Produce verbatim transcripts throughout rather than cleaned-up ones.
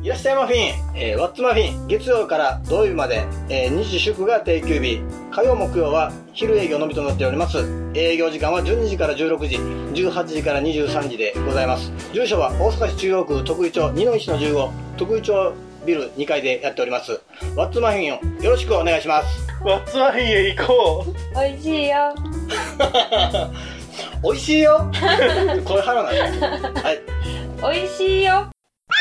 いらっしゃいマフィン、えー、ワッツマフィン、月曜から土曜日まで、えー、日祝が定休日、火曜木曜は昼営業のみとなっております。営業時間はじゅうにじからじゅうろくじ、じゅうはちじからにじゅうさんじでございます。住所は大阪市中央区徳井町にのいちのじゅうご、徳井町ビルにかいでやっております。ワッツマフィンをよろしくお願いします。 ワッツマフィンへ行こう。おいしいよ。 おいしいよ。これ腹なんです。はい。 おいしいよ。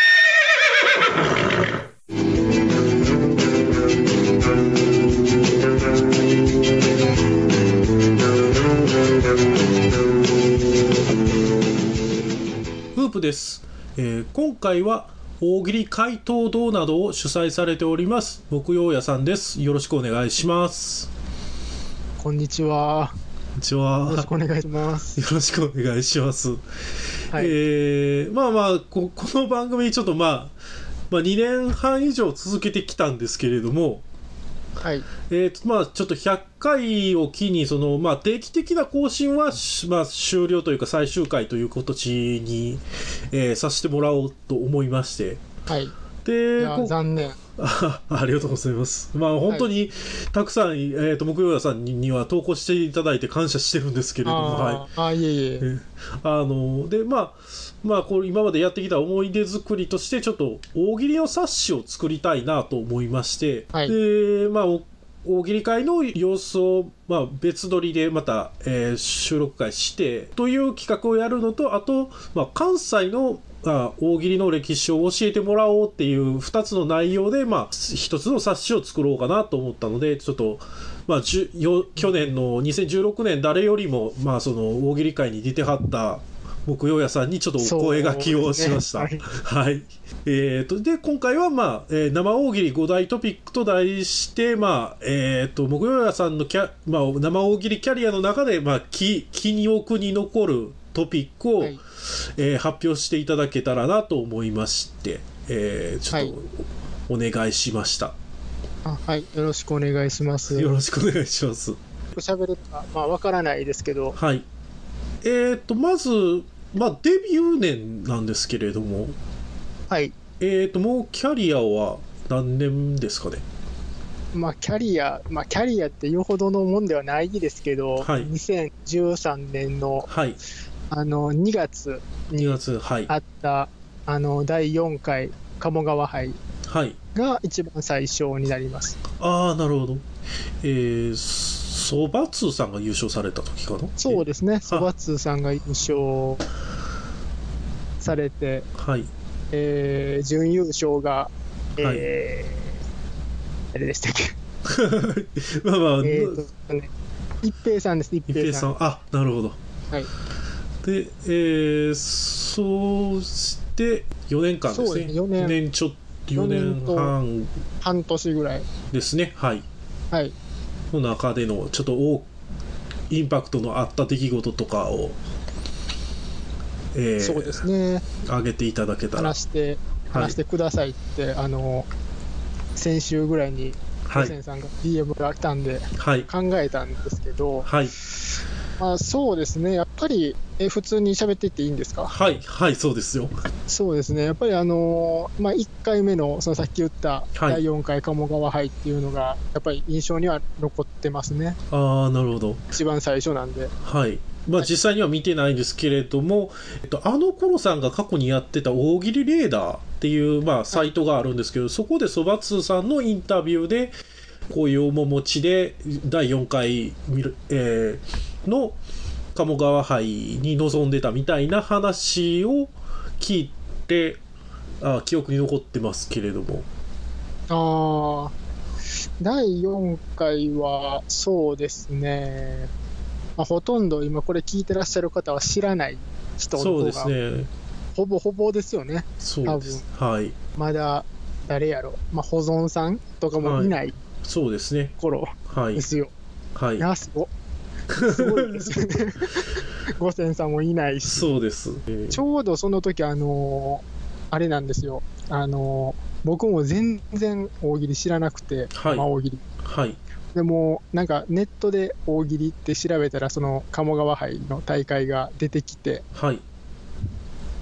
フープです、えー、今回は大喜利怪盗堂などを主催されております木曜屋さんです。よろしくお願いします。 こんにちは。 こんにちは。 よろしくお願いします。 よろしくお願いします。 はい、 えー、まあまあ こ, この番組ちょっと、まあ、まあにねんはん以上続けてきたんですけれども、 はい、 えーとまあ、ちょっとひゃっかいを機にその、まあ、定期的な更新は、まあ、終了というか最終回という形に、えー、させてもらおうと思いまして、 はい、 でいや残念。 あ, ありがとうございます。まあ本当にたくさん、はい、えー、と木曜屋さん に, には投稿していただいて感謝してるんですけれども、 あ、はい、あいえいえ、 えあのでまあまあこれ今までやってきた思い出作りとしてちょっと大喜利の冊子を作りたいなと思いまして、 はい、 でまあ大喜利会の様子を、まあ、別撮りでまた、えー、収録会してという企画をやるのと、あと、まあ、関西のあ大喜利の歴史を教えてもらおうっていうふたつの内容で、まあ、ひとつの冊子を作ろうかなと思ったので、ちょっと、まあ、じゅよ去年のにせんじゅうろくねん誰よりも、まあ、その大喜利会に出てはった木曜屋さんにちょっとお声掛けをしました。ね、はい。えーと、で、今回は、まあ、えー、生大喜利ご大トピックと題して、まあ、えーと、木曜屋さんのキャ、まあ、生大喜利キャリアの中で、まあ、記、記憶に残るトピックを、はい、えー、発表していただけたらなと思いまして、えー、ちょっとお願いしました。はい、 あ、はい。よろしくお願いします。 よろしくお願いします。 喋るか、まあ、わからないですけど。 はい。えーと、まず、まあ、デビュー年なんですけれども、 はい。 えーと、もうキャリアは何年ですかね。 まあ、キャリア、まあ、キャリアって言うほどのもんではないですけど、はい、にせんじゅうさんねんの、はい、あの、にがつにあった、はい、あの、だいよんかい鴨川杯が一番最初になります。 はい、ああ、なるほど。えー、そばつーさんが優勝された時かな。 そうですね、そばつーさんが優勝されて、 はい、 えー、準優勝が、えー、誰、はい、でしたっけまあまあ、 えーとね、一平さんです。一平さん。 あ、なるほど。 はい。 で、えー、そうしてよねんかんですね。 よねん、 よねんちょっと、よねんはん半年ぐらいですね。はい。 はい。 の中でのちょっと大インパクトのあった出来事とかを、 えー、そうですね。 挙げていただけたら。 話して話してくださいって、はい、あの先週ぐらいに五千さんが ディーエム が来たんで、はい、考えたんですけど、はい、まあ、そうですね。やっぱりえ普通に喋っていっていいんですか？ はいはいそうですよ。 そうですね。やっぱりあのまあいっかいめのそのさっき言っただいよんかい鴨川杯っていうのがやっぱり印象には残ってますね。 ああ、なるほど。 一番最初なんで。 はい。まあ、実際には見てないんですけれども、えっと、あの頃さんが過去にやってた大喜利レーダーっていう、まあ、サイトがあるんですけど、はい、そこでそばつーさんのインタビューでこういう面持ちでだいよんかい、えー、の鴨川杯に臨んでたみたいな話を聞いて、あ、記憶に残ってますけれども。 ああ、だいよんかいはそうですね、まあ、ほとんど今これ聞いてらっしゃる方は知らない人の方がそうですね、 ほぼほぼですよね。 そうです、はい、 まだ誰やろ、まあ、保存さんとかもいない、はい、 そうですね、 頃ですよ。はい、いやすごすごいですよね五千さんもいないし。 そうです、 えー、ちょうどその時あのー、あれなんですよ、あのー、僕も全然大喜利知らなくて、はい、まあ、大喜利、はい、でもなんかネットで大喜利って調べたらその鴨川杯の大会が出てきて、はい、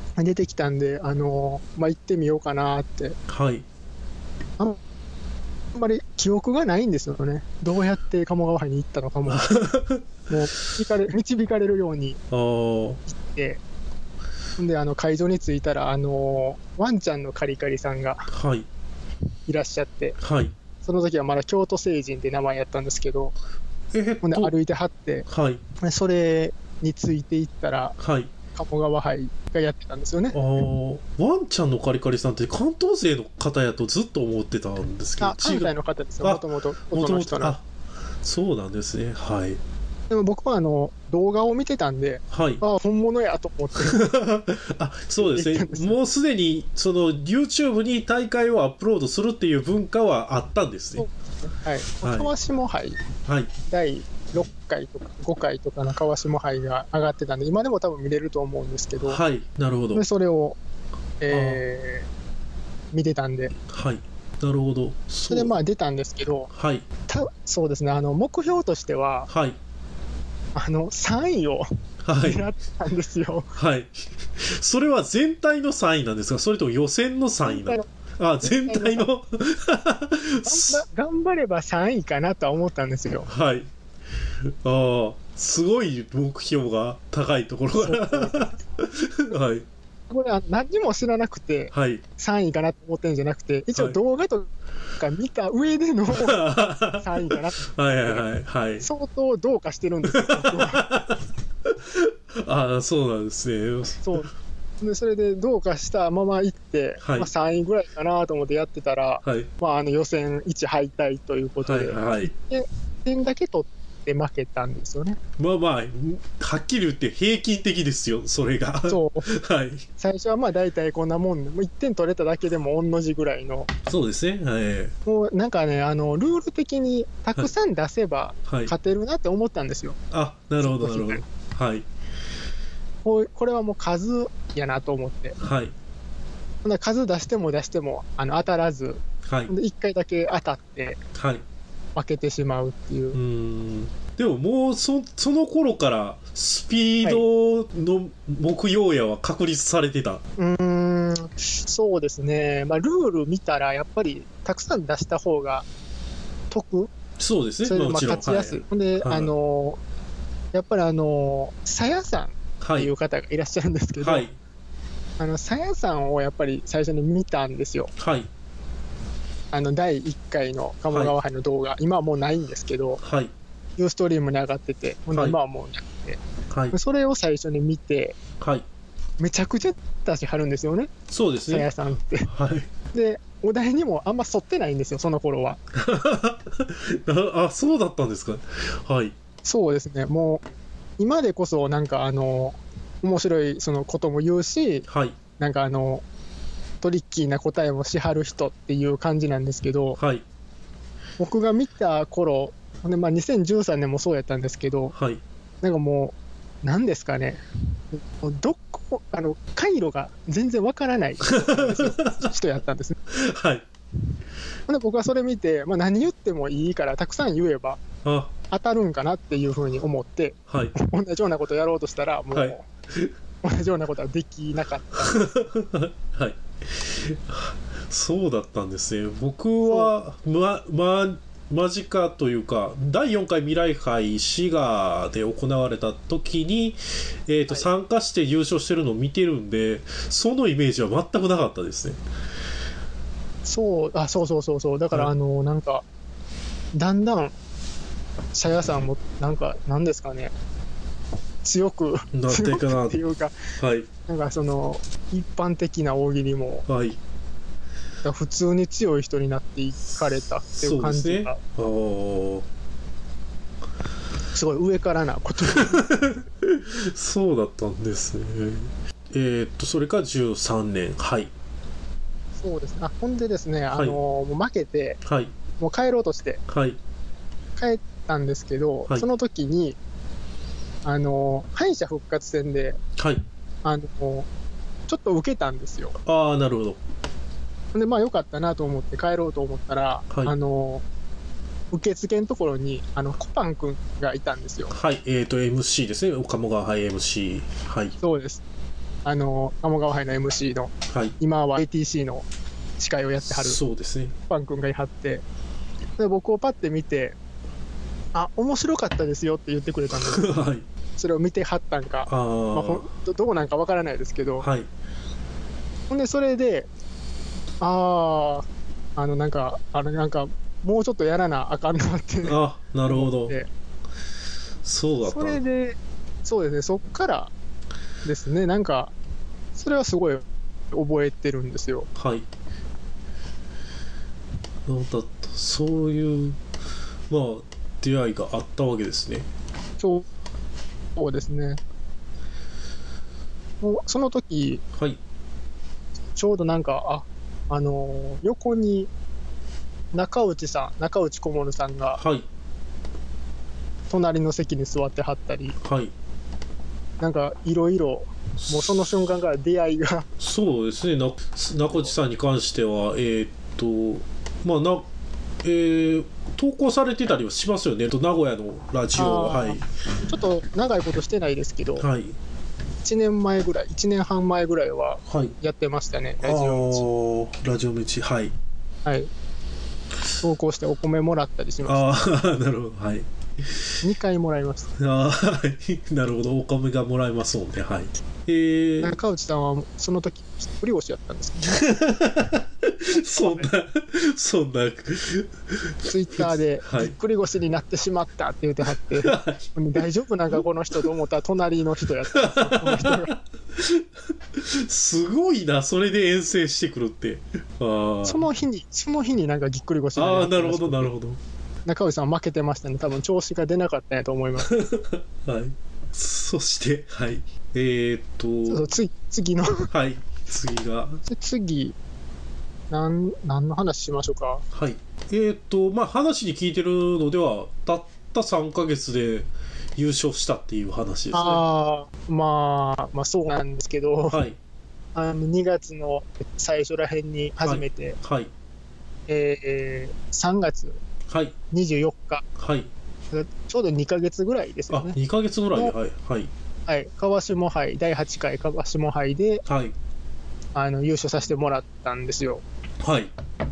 出てきたんで、あのまあ、行ってみようかなって。 はい。 あんまり記憶がないんですよね。どうやって鴨川杯に行ったのかも。もう導かれ、導かれるように行って、で、あの、会場に着いたら、あのワンちゃんのカリカリさんがいらっしゃって、 はい。 その時はまだ京都星人って名前やったんですけど、 えー、っとほんで歩いてはって、 はい、 それについていったら、 はい、 鴨川杯がやってたんですよね。 あワンちゃんのカリカリさんって関東勢の方やとずっと思ってたんですけど、 あ関西の方ですよ、もともと。 もともと、あ、そうなんですね。はい。 でも僕はあの動画を見てたんで、 はい、 あ本物やと思ってあそうですねもうすでにその YouTube に大会をアップロードするっていう文化はあったんですね。 はい、川下杯、はい、だいろっかいとかごかいとかの川下杯が上がってたんで、今でも多分見れると思うんですけど、 はい、なるほど。 でそれを、えー、見てたんで、 はい、なるほど。 それでまあ出たんですけど、 はい、 たそうですね、あの目標としては、 はい、 あのさんいを狙ったんですよ。 はい、はい、それは全体のさんいなんですか、それとも予選のさんいなの？あ全体の頑, 頑張ればさんいかなとは思ったんですよ。 はい。ああすごい目標が高いところからはい。 これは何にも知らなくて、はい、さんいかなと思ってるんじゃなくて、一応動画とか見た上でのさんいかなとはいはいはい、はい、相当どうかしてるんですよああそうなんですね。 そうでそれでどうかしたまま行って、はいまあ、さんいぐらいかなと思ってやってたら、はいまあ、あの予選いち敗退ということで、はいはい、で点だけ取って負けたんですよね。 まあまあはっきり言って平均的ですよそれが。 そう、はい、最初はまあ大体こんなもんでもういってん取れただけでも同じぐらいの。そうですね、はい、もうなんかねあのルール的にたくさん出せば勝てるなって思ったんですよ、 はいはい、あなるほどなるほど、はい、 これはもう数やなと思って、はい、数出しても出してもあの当たらず、はい、でいっかいだけ当たって、はい、負けてしまうっていう。 うーんでももう そ, その頃からスピードの目標やは確立されてた、はい、 うーんそうですね、まあ、ルール見たらやっぱりたくさん出した方が得。 そうですね、 それでまあ勝ちやすい、はい、で、はい、あのやっぱりあのさやさんっていう方がいらっしゃるんですけど、はい、あのさやさんをやっぱり最初に見たんですよ、はい、あのだいいっかいの鴨川杯の動画、はい、今はもうないんですけど、はい、ユーストリームに上がってて、はい、今はもうなくて、はい、それを最初に見て、はい、めちゃくちゃ出しはるんですよね。 そうですね、 さやさんって、はい、でお題にもあんま沿ってないんですよその頃はあ, あそうだったんですか。はい、 そうですね、もう今でこそなんかあの面白いそのことも言うし、はい、なんかあのトリッキーな答えもしはる人っていう感じなんですけど、はい、僕が見た頃で、まあ、にせんじゅうさんねんもそうやったんですけど、はい、なんかもう何ですかね、どこあの回路が全然わからない人やったんですね。はい、で僕はそれ見て、まあ、何言ってもいいからたくさん言えばあ当たるんかなっていうふうに思って、はい、同じようなことをやろうとしたらもう、はい、同じようなことはできなかったはいそうだったんですね。僕はまま間近というかだいよんかい未来杯滋賀で行われた時に、えーとはい、参加して優勝してるのを見てるんでそのイメージは全くなかったですね。 そうあそうそうそうそうだから、はい、あのなんかだんだんさやさんもなんかなんですかね強くなっていくなっていうか、はい、なんかその一般的な大喜利も、はい、普通に強い人になっていかれたっていう感じが す,、ね、すごい上からなことそうだったんですね。えー、っとそれからじゅうさんねんはいそうですね。あほんでですね、はい、あのもう負けて、はい、もう帰ろうとして、はい、帰ったんですけど、はい、その時にあの敗者復活戦で、はい、あのちょっと受けたんですよ。 ああなるほど。 でまあよかったなと思って帰ろうと思ったら、はい、あの受付のところにあのコパン君がいたんですよ。 はい、えーと エムシー ですね、鴨川杯 エムシー、はい、 そうです。 あの鴨川杯の エムシー の、 はい、 今は エーティーシー の司会をやってはるそうですねパン君がいはって、で僕をパッて見て、あ、面白かったですよって言ってくれたんです、はい、それを見てはったんか、あ、まあ、ほんどうなんかわからないですけど、はい、ほんでそれで、ああ、あのなんかあれなんかもうちょっとやらなあかんなって、 あ、なるほど、そうだった。 それで、そうですね、そっからですね、なんかそれはすごい覚えてるんですよ。 はい。だったそういうまあ出会いがあったわけですね。 そう、そうですね。もうその時、 はい、 ちょうどなんかああのー、横に中内さん、中内小森さんが、はい、隣の席に座ってはったり、はい、なんかいろいろもうその瞬間から出会いがそうですね。な中内さんに関してはえー、っとまあなえー、投稿されてたりはしますよね、名古屋のラジオ、はい、 ちょっと長いことしてないですけど、はい、いちねんまえぐらい、いちねんはん前ぐらいはやってましたね、はい、ラジオ道。ラジオ道、はい、 はい、投稿してお米もらったりしました。 ああ、なるほど、はい。 にかいもらいました。 ああ、なるほど、お米がもらえますもんね、はい。えー、 中内さんはその時ひっくり腰やったんですけど、ね、 そんなそんなツイッターでぎっくり腰になってしまったって言ってはって、はい、大丈夫なんかこの人と思ったら隣の人やったんですよ、この人が。 すごいな、それで遠征してくるって。あ、 その日にその日になんかぎっくり腰になったんです。ああ、なるほどなるほど。 中内さん負けてましたね、多分調子が出なかったんやと思います。 はい。そしてはいえー、っとそうそう、次次のはい次が次なん何の話しましょうか。 はい、えー、っとまあ話に聞いてるのではたったさんかげつで優勝したっていう話ですね。 ああ、まあまあそうなんですけど、はい、あのにがつの最初らへんに初めて、はいはい、えー、さんがつにじゅうよっか、はい、ちょうどにかげつぐらいですよね。 あ、にかげつぐらい、はいはいはい、川下杯だいはちかい川下杯で、はい、あの優勝させてもらったんですよ。 はい。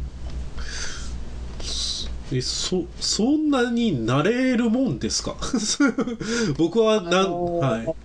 え、そそんなになれるもんですか？僕はなん、あのー、はい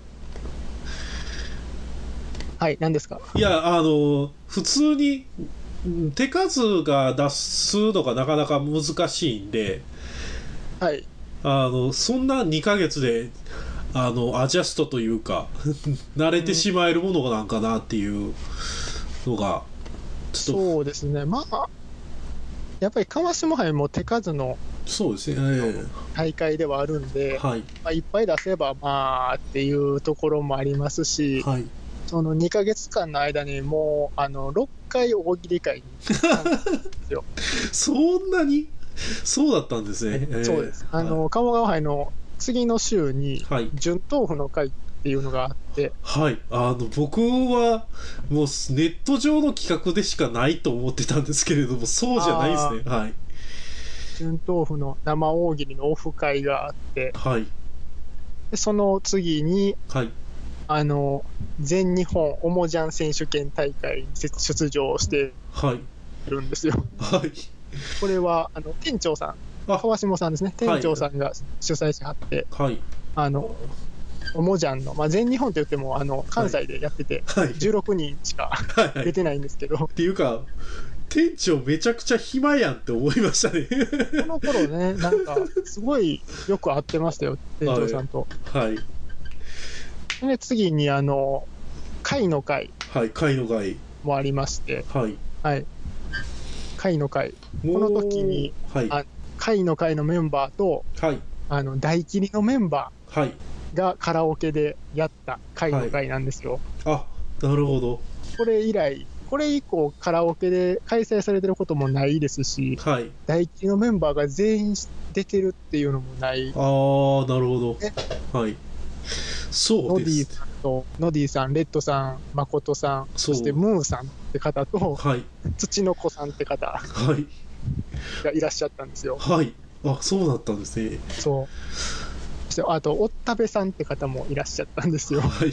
はい何ですか？ いや、あの普通に手数が出すのがなかなか難しいんで、はい、あのそんなにかげつであのアジャストというか慣れてしまえるものなんかなっていうのがちょっと、そうですね、まあやっぱり川下杯も手数のそうですね、えー、 大会ではあるんで、はい、まあ、いっぱい出せばまあっていうところもありますし、はい、そのにかげつかんの間にもうあのろっかい大喜利会に行ったんですよ。 そんなにそうだったんですね。えー、 そうです。あの、はい、鴨川杯の次の週に準豆腐の会っていうのがあって、 はい、あの僕はもうネット上の企画でしかないと思ってたんですけれども、そうじゃないですね。はい。 準豆腐の生大喜利のオフ会があって、はい、でその次に、はい、あの全日本おもじゃん選手権大会に出場してるんですよ。はいはい、これはあの店長さん、川下さんですね、店長さんが主催しはって、はい、あのおもじゃんの、まあ、全日本といってもあの関西でやってて、はい、じゅうろくにんしか出てないんですけど、はいはい、 っていうか店長めちゃくちゃ暇やんって思いましたね。 この頃ね、なんかすごいよく会ってましたよ、店長さんと。はい、で次にあの会の会、 はい、会の会もありまして、はい、はい、会の会、この時に、はい、あ会の会のメンバーと、はい、あの大切りのメンバーがカラオケでやった会の会なんですよ。 はい、あ、なるほど。 これ以来、これ以降カラオケで開催されてることもないですし、はい、大切りのメンバーが全員出てるっていうのもない。 ああ、なるほど。はい。そうです。ノディさんとノディさん、レッドさん、誠さん、そしてムーンさんって方と、はい、土の子さんって方がいらっしゃったんですよ。 はい。あ、そうだったんですね。 そう。そしてあとおったべさんって方もいらっしゃったんですよ。はい。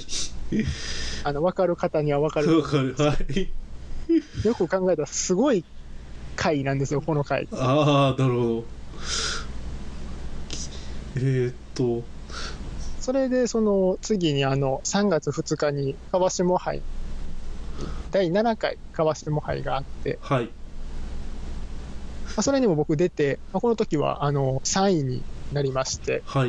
あの分かる方には分かる。 わかる。はい。 よく考えたらすごい回なんですよ、この回。 ああ、なるほど。えー、っと。 それで、その次にあのさんがつふつかに川下杯、だいななかい川下杯があって、 はい。 まあ、それにも僕出て、まあ、この時はあのさんいになりまして、 はい。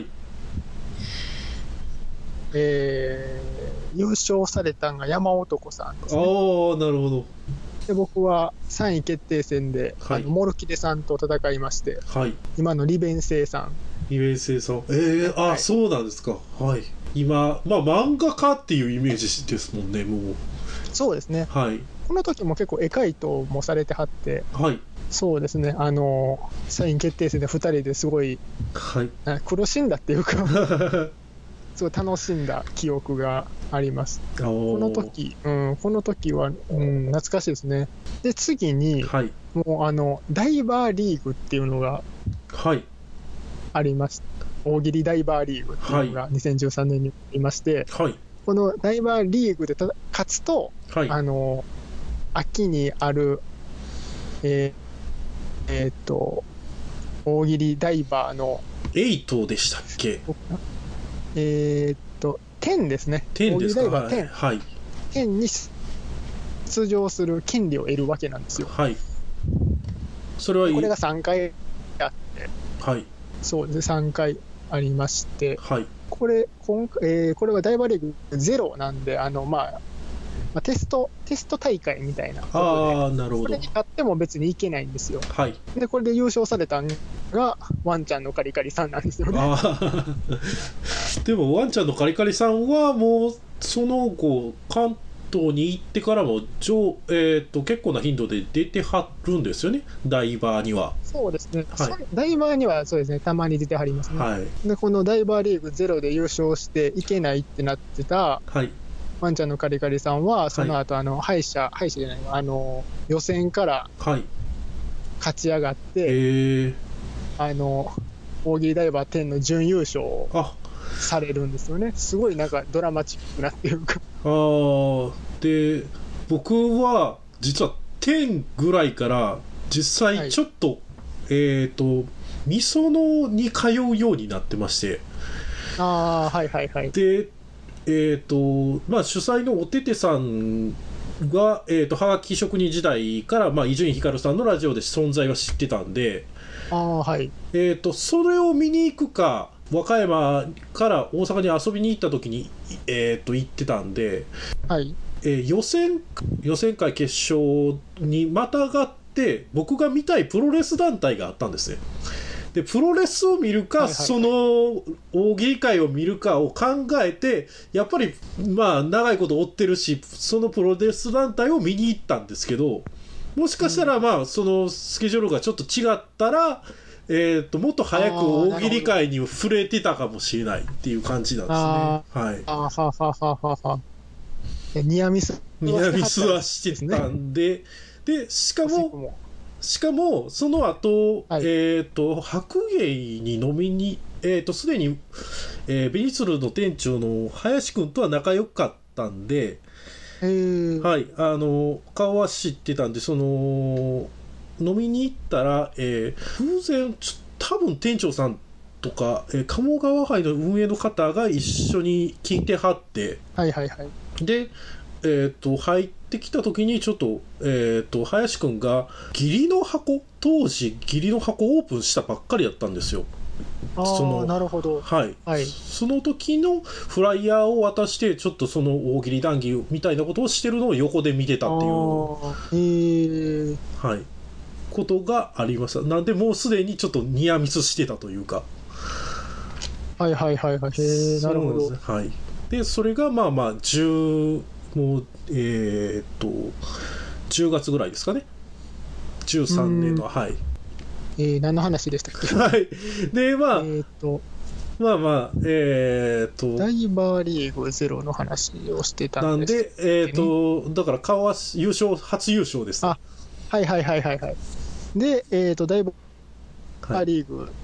えー、優勝されたのが山男さんですね。 ああ、なるほど。 で僕はさんい決定戦で、はい、あのモルキデさんと戦いまして、 はい、 今の利便性さん。 利便性さん。えー、あ、はい、そうなんですか。はい。今、まあ漫画家っていうイメージですもんね、もう。 そうですね。 はい。 この時も結構絵描いともされてはって、 はい。 そうですね。あのさんい決定戦でふたりですごい、 はい、 苦しんだっていうかすごい楽しんだ記憶があります。この時、うん、この時は、うん、懐かしいですね。で次に、はい、もうあのダイバーリーグっていうのがありました。大喜利ダイバーリーグっていうのがにせんじゅうさんねんにありまして、はい、このダイバーリーグでた勝つと、はい、あの秋にある、えーえー、っと大喜利ダイバーのエイトでしたっけ？ えー、っとじゅうですね。 じゅうですか。 大喜利ダイバーじゅう、 はい、 じゅうに出場する権利を得るわけなんですよ。 はい。それはこれがさんかいあって、 はい。 そうでさんかいありまして、 はい。 これ今回、えー、これはダイバーリーグゼロなんで、あのまあ。まあ、テストテスト大会みたいなことで、 あー、なるほど。 それに勝っても別にいけないんですよ。 はい。 でこれで優勝されたのがワンちゃんのカリカリさんなんですよね。 あでもワンちゃんのカリカリさんはもうその後関東に行ってからも上、えー、と結構な頻度で出てはるんですよね、ダイバーには。 そうですね、 はい、 ダイバーにはそうですね、たまに出てはりますね。はい、でこのダイバーリーグゼロで優勝していけないってなってた、はい、ワンちゃんのカリカリさんはその後、はい、あの敗者敗者じゃないあの予選から勝ち上がって、はい、えあの大喜利ダイバーじゅうの準優勝をされるんですよね。すごいなんかドラマチックなっていうか。 あで僕は実はじゅうぐらいから実際ちょっと、はい、えっ、ー、とみそのに通うようになってまして、 あはいはいはい。 でえーとまあ、主催のおててさんが、えーとはがき職人時代から伊集院光さんのラジオで存在は知ってたんで、 あ、はいえーとそれを見に行くか和歌山から大阪に遊びに行った時に、えーと行ってたんで、 はいえー、予選予選会決勝にまたがって僕が見たいプロレス団体があったんですね。でプロレスを見るか、はいはいはい、その大喜利会を見るかを考えて、やっぱりまあ長いこと追ってるし、そのプロレス団体を見に行ったんですけど、もしかしたらまあそのスケジュールがちょっと違ったら、えー、ともっと早く大喜利会に触れてたかもしれないっていう感じなんですね。あ、はい、 あはははははニアミスニアミスはしてたんで、でしかもしかもその後、はい、えっ、ー、と白芸に飲みにえっ、ー、とすでに、えー、ベニツルの店長の林くんとは仲良かったんで、 へー、 はい、あの顔は知ってたんで、その飲みに行ったら、えー、偶然ちょ多分店長さんとか、えー、鴨川杯の運営の方が一緒に聞いてはって、 はいはいはい、 でえー、と入ってきた時にちょっと、えー、と林くんが義理の箱当時義理の箱オープンしたばっかりだったんですよ。 あそのなるほど、 はいはい、その時のフライヤーを渡してちょっとその大喜利談義みたいなことをしてるのを横で見てたっていう、 へー、 はい、ことがありました。なんでもうすでにちょっとニアミスしてたというか、 はいはいはいはい、へー、なるほど、 はい、でそれがまあまあじゅうもうえー、っとじゅうがつぐらいですかね、じゅうさんねんの、はい、 えー、何の話でしたっけ。 はいでまあ、 えー、っとまあまあえー、っとダイバーリーグゼロの話をしてたんです、 ね、なんでえー、っとだから顔は優勝初優勝です、 あはいはいはいはいはい。でえー、っとダイバーリーグ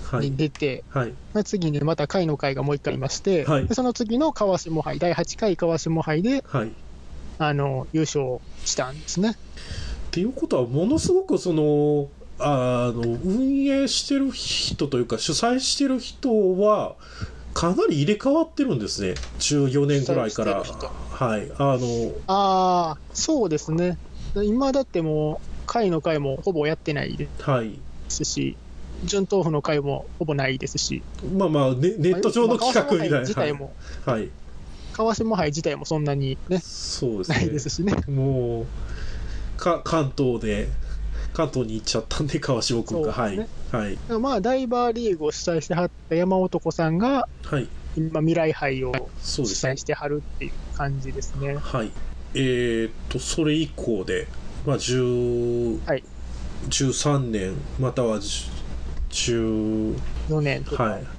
に出て、 はいはい、次にまた下位の会がもう一回いまして、はい、でその次の川下杯、だいはちかい川下杯で、 はい、 あの優勝したんですね。 っていうことは、ものすごくそのあの運営してる人というか、主催してる人は、かなり入れ替わってるんですね、じゅうよねんぐらいから。はい、あのあそうですね、今だってもう、会の会もほぼやってないですし、はい、準豆腐の会もほぼないですし、 まあまあ、ね、ネット上の企画みたいな、 自体も、 はい、 川下杯自体もそんなにね、 そうですね、 ないですしね、 もうか関東で、関東に行っちゃったんで、川下君が、はい、はい、 まあ、ダイバーリーグを主催してはった山男さんが、 はい、 今、未来杯を主催してはるっていう感じですね。 はい、えー、っと、それ以降で、まあ、じゅう、はい、じゅうさんねん、またはじゅうよねんとか、 はい、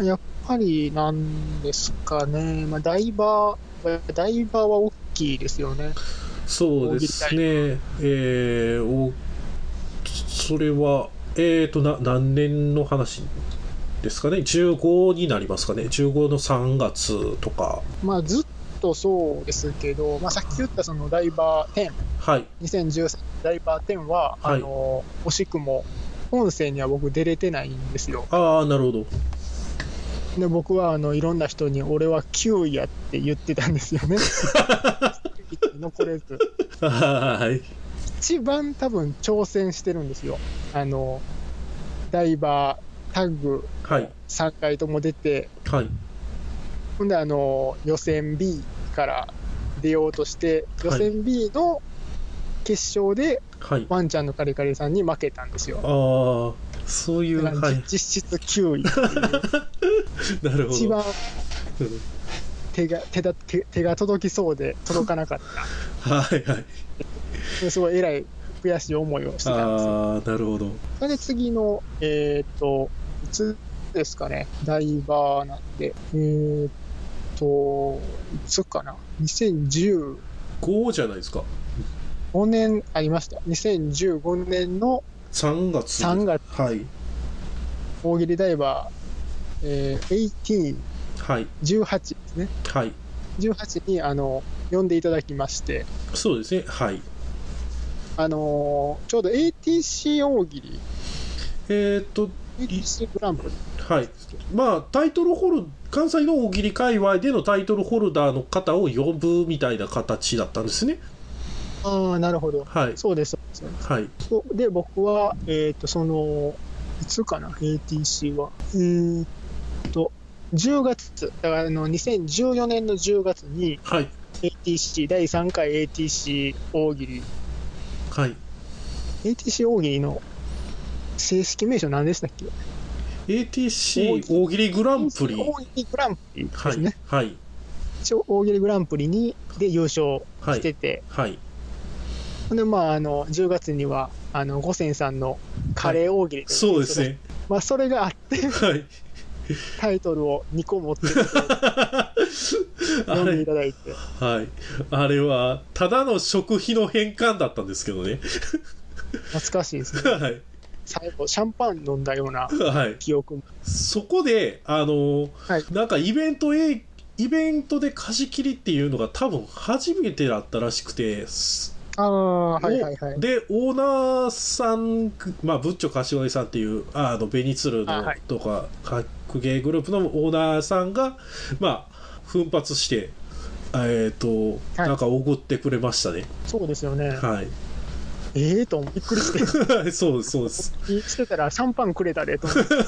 やっぱりなんですかね、まあ、ダイバー、ダイバーは大きいですよね。 そうですね、えー、おそれは、えーとな、何年の話ですかね、じゅうごになりますかね、じゅうごのさんがつとか。 まあ、ずっとそうですけど、まあ、さっき言ったそのダイバーじゅう、 はい、 にせんじゅうさんダイバーじゅうは、はい、あの惜しくも本戦には僕出れてないんですよ。 ああ、なるほど。 で僕はあのいろんな人に俺はきゅういやって言ってたんですよね。残れず。 はい。 一番多分挑戦してるんですよ。あのダイバータッグさんかいとも出て、 はい、 ほんであの予選 B から出ようとして予選 B の決勝で、はい、ワンちゃんのカリカリさんに負けたんですよ。 ああ、そういう、はい、 実質きゅういっていうなるほど。 一番手が 手だ 手, 手が届きそうで届かなかったはいはいすごいえらい悔しい思いをしてたんですよ。 ああ、なるほど。 それで次のえっ、ー、といつですかね、ダイバーなんでえっ、ー、といつかな、にせんじゅうごじゃないですか。 ごねんありました。にせんじゅうごねんのさんがつ。 さんがつ、 はい、 大喜利ダイバー、えー、じゅうはち、はい、じゅうはちですね。 はい。 じゅうはちにあの呼んでいただきまして、 そうですね。はい。 あのー、ちょうど エーティーシー 大喜利、 えー、っとエーティーシー グランプリ、 はい。まあタイトルホル関西の大喜利界隈でのタイトルホルダーの方を呼ぶみたいな形だったんですね。 ああ、なるほど。 はい。 そうです。そうです。 はい。 で、僕は、えっ、ー、と、その、いつかな、エーティーシー は。えー、っと、じゅうがつ、だからあの、にせんじゅうよねんのじゅうがつに、 はい。 エーティーシー、だいさんかい エーティーシー 大喜利。 はい。 エーティーシー 大喜利の正式名称何でしたっけ？ エーティーシー 大喜利グランプリ。 大喜利グランプリですね。 はい。はい、 一応大喜利グランプリにで優勝してて、 はい。はいでまあ、あのじゅうがつにはあの五千さんのカレー大喜利、はい、 そうですね、 まあ、それがあって、はい、タイトルをにこ持ってきて読んでいただいて、 はい、あれはただの食費の変換だったんですけどね懐かしいですね、 はい、 最後シャンパン飲んだような記憶も、 はい、そこであの、はい、なんかイベントイベントで貸し切りっていうのが多分初めてだったらしくて、 あはいはいはい、 でオーナーさん、まあ、ブッチョ柏木さんっていうあのベニツルの、はい、とか格ゲーグループのオーナーさんが、まあ、奮発して、えーとはい、なんかおごってくれましたね。 そうですよね、 はい、 えーとびっくりしてそうですそうですしてたらシャンパンくれたでと思って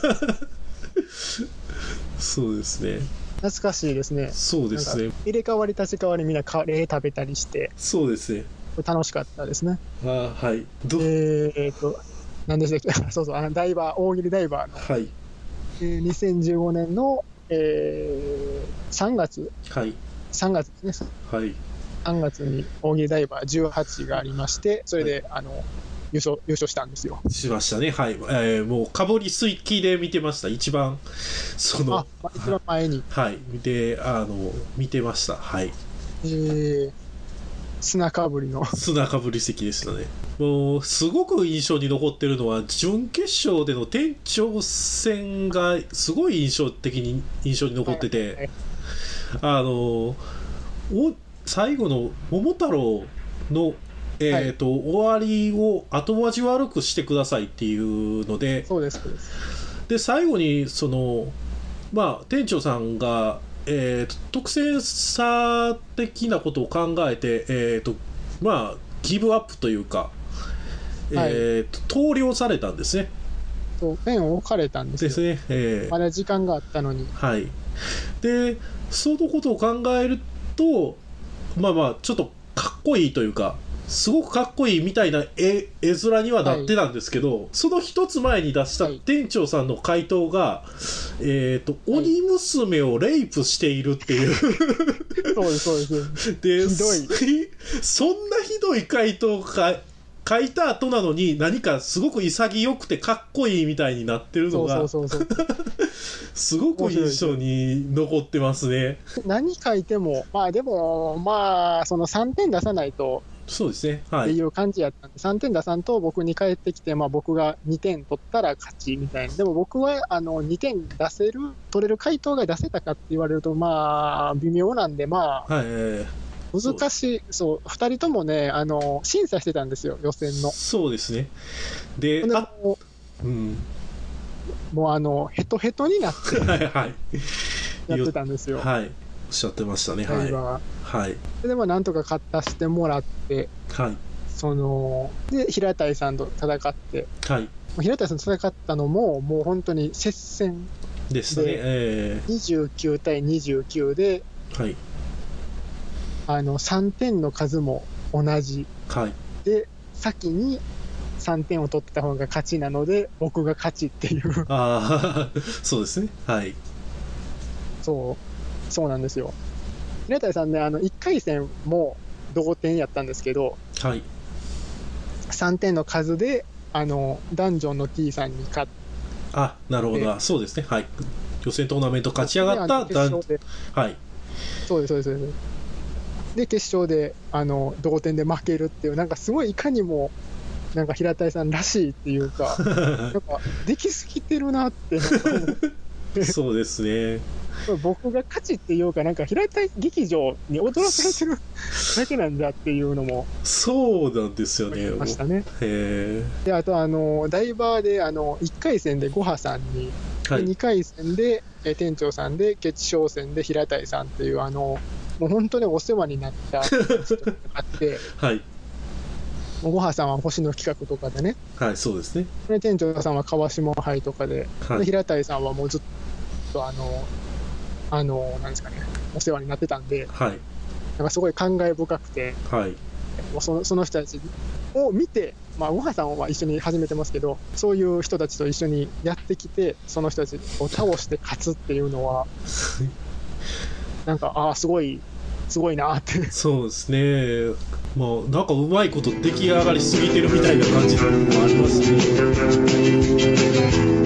そうですね、 懐かしいですね。 そうですね、 入れ替わり立ち替わりみんなカレー食べたりして、 そうですね、 楽しかったですね。 あはいどえー、っと何でしたっけそうそうあのダイバー大喜利ダイバーの、 はいえー、にせんじゅうごねんの、えー、さんがつ、 はい、 さんがつですね、はい、さんがつに大喜利ダイバーじゅうはちがありまして、それで、はい、あの優勝優勝したんですよ。 しましたね、はい、えー、もうかぶり水気で見てました、一番そのあ、まあ、一番前に、 はい、であの見てました、はい、 えー砂かぶりの砂かぶり席でしたね。 もうすごく印象に残ってるのは準決勝での店長戦がすごい印象的に印象に残ってて、あのお最後の桃太郎の、えーとはい、終わりを後味悪くしてくださいっていうので、 そうですそうです。 で最後にそのまあ店長さんが、えーと特性差的なことを考えて、えーとまあギブアップというか、はい、えーと投了されたんですね。 そうペンを置かれたんですよ。 ですね。えー、 まだ時間があったのに。 はい。でそのことを考えると、まあまあちょっとかっこいいというかすごくかっこいいみたいな 絵, 絵面にはなってたんですけど、はい、その一つ前に出した店長さんの回答が、はい、えーと鬼娘をレイプしているっていう、はい、 そうですそうですでひどいそんなひどい回答が書いた後なのに何かすごく潔くてかっこいいみたいになってるのがそうそうそうそうすごく印象に残ってますね。 何書いてもまあでもまあそのさんてん出さないとそうですね、はい、 っていう感じやったんで、さんてん出さんと僕に返ってきて、まあ、僕がにてん取ったら勝ちみたいな。でも僕はあのにてん出せる取れる回答が出せたかって言われるとまあ微妙なんで、まあ、はいえー、難しい。そう、ふたりともねあの審査してたんですよ予選の。 そうですね。で、 であもう、うん、もうあのヘトヘトになってはい、はい、 やってたんですよ。 はい、おっしゃってましたね。はいはい、 でもなんとか勝たせてもらって、はい、そので平田さんと戦って、はい、平田さんと戦ったのももう本当に接戦ででしたね、えー、 にじゅうきゅうたいにじゅうきゅうで、はい、あのさんてんの数も同じ、はい、で先にさんてんを取ってた方が勝ちなので僕が勝ちっていうああそうですね、はい、 そうそうなんですよ。平田さんね、あのいっかい戦も同点やったんですけど、はい、さんてんの数であのダンジョンの T さんに勝って、 あ、なるほど、そうですね、はい、予選トーナメント勝ち上がったダンジョン、はい、 そうですそうですそうです。で決勝であの同点で負けるっていう、なんかすごいいかにもなんか平田さんらしいっていうかなんかできすぎてるなってなんか思ってそうですね。 僕が勝ちっていうか、なんか平田劇場に踊らされてるだけなんだっていうのもそうなんですよね。 ましたね。 へであとあのダイバーであのいっかい戦でごはさんに、はい、にかい戦でえ店長さんで決勝戦で平田さんっていうあのもう本当にお世話になった人があって、はい、ごはさんは星の企画とかでね、 はいそうですね。 で店長さんは川下杯とかで、はい、で平田さんはもうずっとあのあのなんですかね、お世話になってたんで、はい、なんかすごい感慨深くて、はい、もうその、その人たちを見て、まあ、ごはさんは一緒に始めてますけど、そういう人たちと一緒にやってきて、その人たちを倒して勝つっていうのは、なんか、ああ、すごい、すごいなって。 そうですね。まあ、なんかうまいこと出来上がりすぎてるみたいな感じのもありますね。